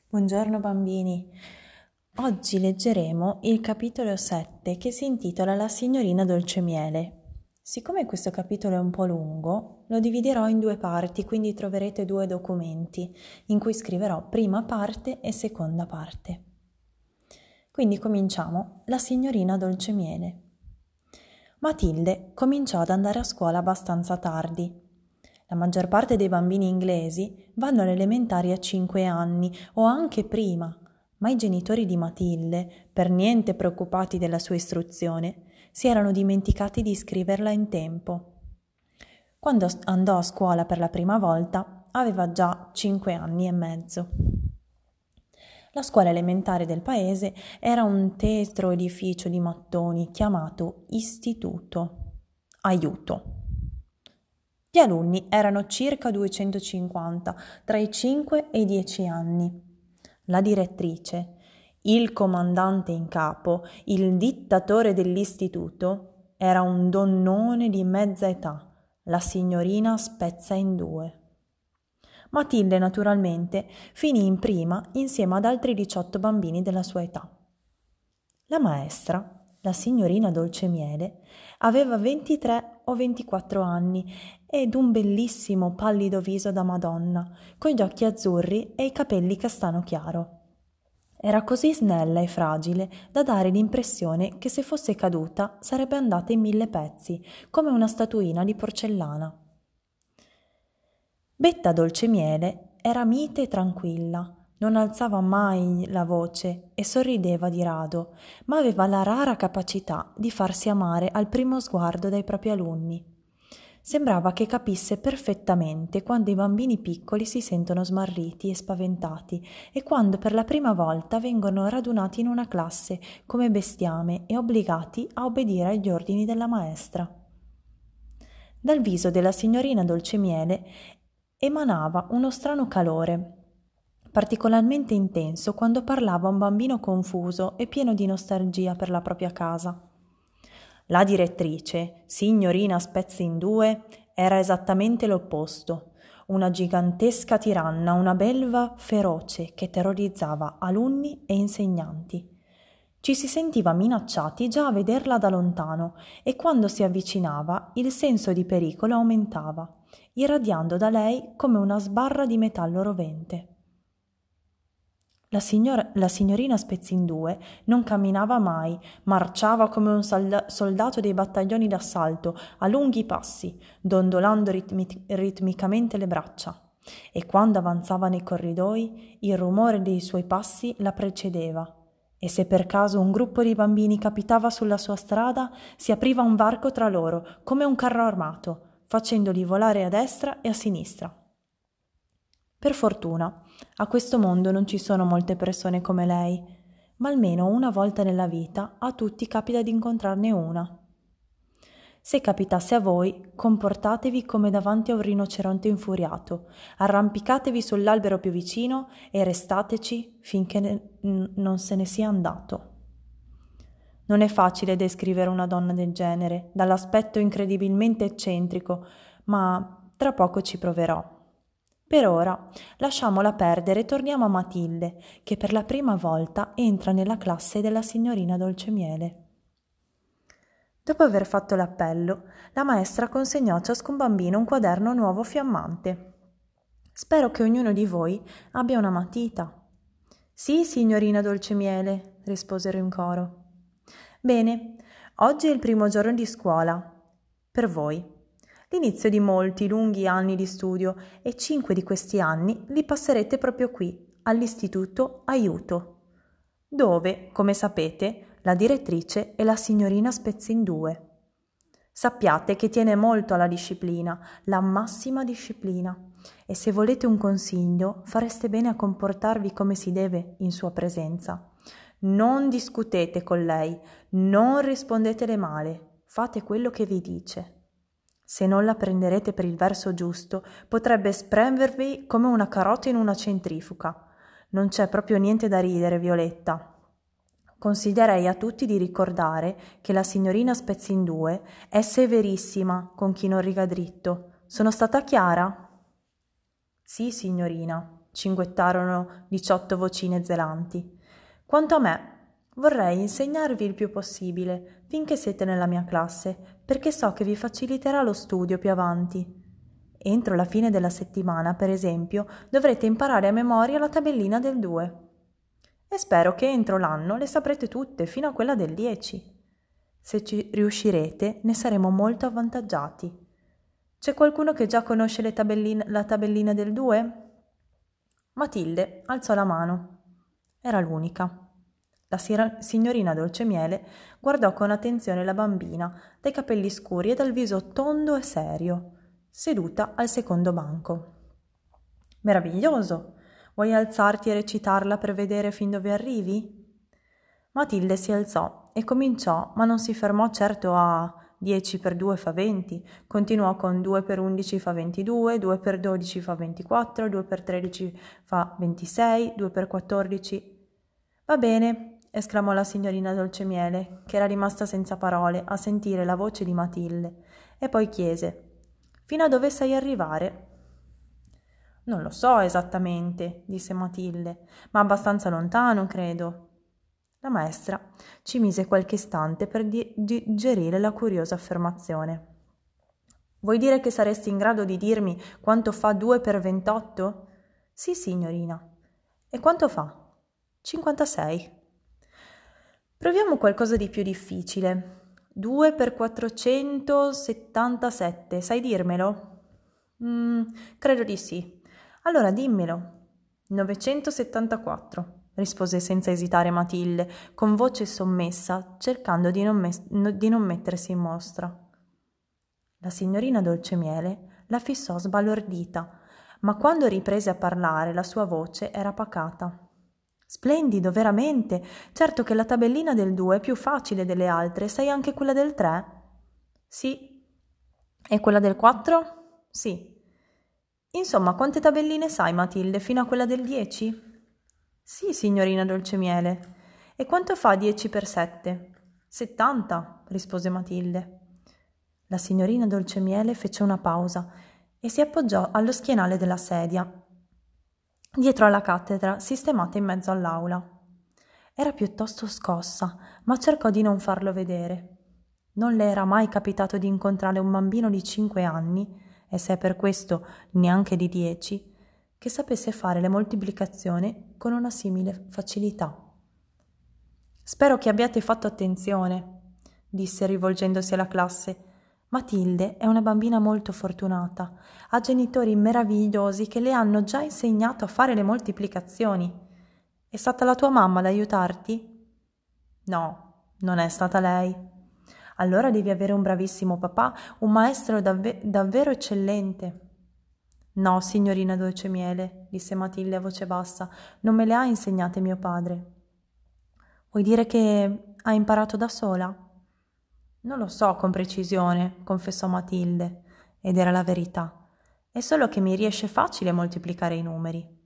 Buongiorno bambini. Oggi leggeremo il capitolo 7 che si intitola La signorina Dolcemiele. Siccome questo capitolo è un po' lungo, lo dividerò in due parti, quindi troverete due documenti in cui scriverò prima parte e seconda parte. Quindi cominciamo. La signorina Dolcemiele. Matilde cominciò ad andare a scuola abbastanza tardi. La maggior parte dei bambini inglesi vanno alle elementari a 5 anni o anche prima, ma i genitori di Matilde, per niente preoccupati della sua istruzione, si erano dimenticati di iscriverla in tempo. Quando andò a scuola per la prima volta, aveva già 5 anni e mezzo. La scuola elementare del paese era un tetro edificio di mattoni chiamato Istituto. Aiuto. Gli alunni erano circa 250, tra i 5 e i 10 anni. La direttrice, il comandante in capo, il dittatore dell'istituto, era un donnone di mezza età, la signorina Spezza in due. Matilde, naturalmente, finì in prima insieme ad altri 18 bambini della sua età. La maestra, la signorina Dolcemiele, aveva 23 o 24 anni ed un bellissimo pallido viso da Madonna, con gli occhi azzurri e i capelli castano chiaro. Era così snella e fragile da dare l'impressione che se fosse caduta sarebbe andata in 1000 pezzi, come una statuina di porcellana. Betta Dolcemiele era mite e tranquilla, non alzava mai la voce e sorrideva di rado, ma aveva la rara capacità di farsi amare al primo sguardo dai propri alunni. Sembrava che capisse perfettamente quando i bambini piccoli si sentono smarriti e spaventati e quando per la prima volta vengono radunati in una classe come bestiame e obbligati a obbedire agli ordini della maestra. Dal viso della signorina Dolcemiele emanava uno strano calore, particolarmente intenso quando parlava a un bambino confuso e pieno di nostalgia per la propria casa. La direttrice, signorina Spezza in due, era esattamente l'opposto, una gigantesca tiranna, una belva feroce che terrorizzava alunni e insegnanti. Ci si sentiva minacciati già a vederla da lontano e quando si avvicinava il senso di pericolo aumentava, irradiando da lei come una sbarra di metallo rovente. La signorina Spezzindue non camminava mai, marciava come un soldato dei battaglioni d'assalto, a lunghi passi, dondolando ritmicamente le braccia. E quando avanzava nei corridoi, il rumore dei suoi passi la precedeva. E se per caso un gruppo di bambini capitava sulla sua strada, si apriva un varco tra loro, come un carro armato, facendoli volare a destra e a sinistra. Per fortuna, a questo mondo non ci sono molte persone come lei, ma almeno una volta nella vita a tutti capita di incontrarne una. Se capitasse a voi, comportatevi come davanti a un rinoceronte infuriato, arrampicatevi sull'albero più vicino e restateci finché non se ne sia andato. Non è facile descrivere una donna del genere, dall'aspetto incredibilmente eccentrico, ma tra poco ci proverò. Per ora lasciamola perdere e torniamo a Matilde, che per la prima volta entra nella classe della signorina Dolcemiele. Dopo aver fatto l'appello, la maestra consegnò a ciascun bambino un quaderno nuovo fiammante. Spero che ognuno di voi abbia una matita. Sì, signorina Dolcemiele, risposero in coro. Bene, oggi è il primo giorno di scuola. Per voi. L'inizio di molti lunghi anni di studio e 5 di questi anni li passerete proprio qui, all'Istituto Aiuto, dove, come sapete, la direttrice è la signorina Spezzindue. Sappiate che tiene molto alla disciplina, la massima disciplina, e se volete un consiglio fareste bene a comportarvi come si deve in sua presenza. Non discutete con lei, non rispondetele male, fate quello che vi dice. Se non la prenderete per il verso giusto, potrebbe spremervi come una carota in una centrifuga. Non c'è proprio niente da ridere, Violetta. Consiglierei a tutti di ricordare che la signorina Spezzindue è severissima con chi non riga dritto. Sono stata chiara? Sì, signorina, cinguettarono 18 vocine zelanti. Quanto a me, vorrei insegnarvi il più possibile, finché siete nella mia classe, perché so che vi faciliterà lo studio più avanti. Entro la fine della settimana, per esempio, dovrete imparare a memoria la tabellina del 2. E spero che entro l'anno le saprete tutte, fino a quella del 10. Se ci riuscirete, ne saremo molto avvantaggiati. C'è qualcuno che già conosce la tabellina del 2? Matilde alzò la mano. Era l'unica. La signorina Dolcemiele guardò con attenzione la bambina, dai capelli scuri e dal viso tondo e serio, seduta al secondo banco. Meraviglioso! Vuoi alzarti e recitarla per vedere fin dove arrivi? Matilde si alzò e cominciò, ma non si fermò certo a 10 per 2 fa 20, continuò con 2 per 11 fa 22, 2 per 12 fa 24, 2 per 13 fa 26, 2 per 14... Va bene, esclamò la signorina Dolcemiele, che era rimasta senza parole a sentire la voce di Matilde, e poi chiese: «Fino a dove sai arrivare?» «Non lo so esattamente», disse Matilde, «ma abbastanza lontano, credo». La maestra ci mise qualche istante per digerire la curiosa affermazione. «Vuoi dire che saresti in grado di dirmi quanto fa 2 per 28? Sì, signorina. E quanto fa? 56. Proviamo qualcosa di più difficile. 2 per 477, sai dirmelo? Credo di sì. Allora dimmelo. 974, rispose senza esitare Matilde, con voce sommessa, cercando di non mettersi in mostra. La signorina Dolcemiele la fissò sbalordita, ma quando riprese a parlare la sua voce era pacata. «Splendido, veramente! Certo che la tabellina del 2 è più facile delle altre. Sai anche quella del 3? Sì. E quella del 4? Sì. Insomma, quante tabelline sai, Matilde, fino a quella del 10? Sì, signorina Dolcemiele. E quanto fa 10 per 7? 70, rispose Matilde. La signorina Dolcemiele fece una pausa e si appoggiò allo schienale della sedia, dietro alla cattedra, sistemata in mezzo all'aula. Era piuttosto scossa, ma cercò di non farlo vedere. Non le era mai capitato di incontrare un bambino di 5 anni, e se è per questo neanche di 10, che sapesse fare le moltiplicazioni con una simile facilità. «Spero che abbiate fatto attenzione», disse rivolgendosi alla classe. «Matilde è una bambina molto fortunata, ha genitori meravigliosi che le hanno già insegnato a fare le moltiplicazioni. È stata la tua mamma ad aiutarti?» «No, non è stata lei». «Allora devi avere un bravissimo papà, un maestro davvero eccellente». «No, signorina Dolcemiele», disse Matilde a voce bassa, «non me le ha insegnate mio padre». «Vuoi dire che ha imparato da sola?» «Non lo so con precisione», confessò Matilde, ed era la verità. «È solo che mi riesce facile moltiplicare i numeri».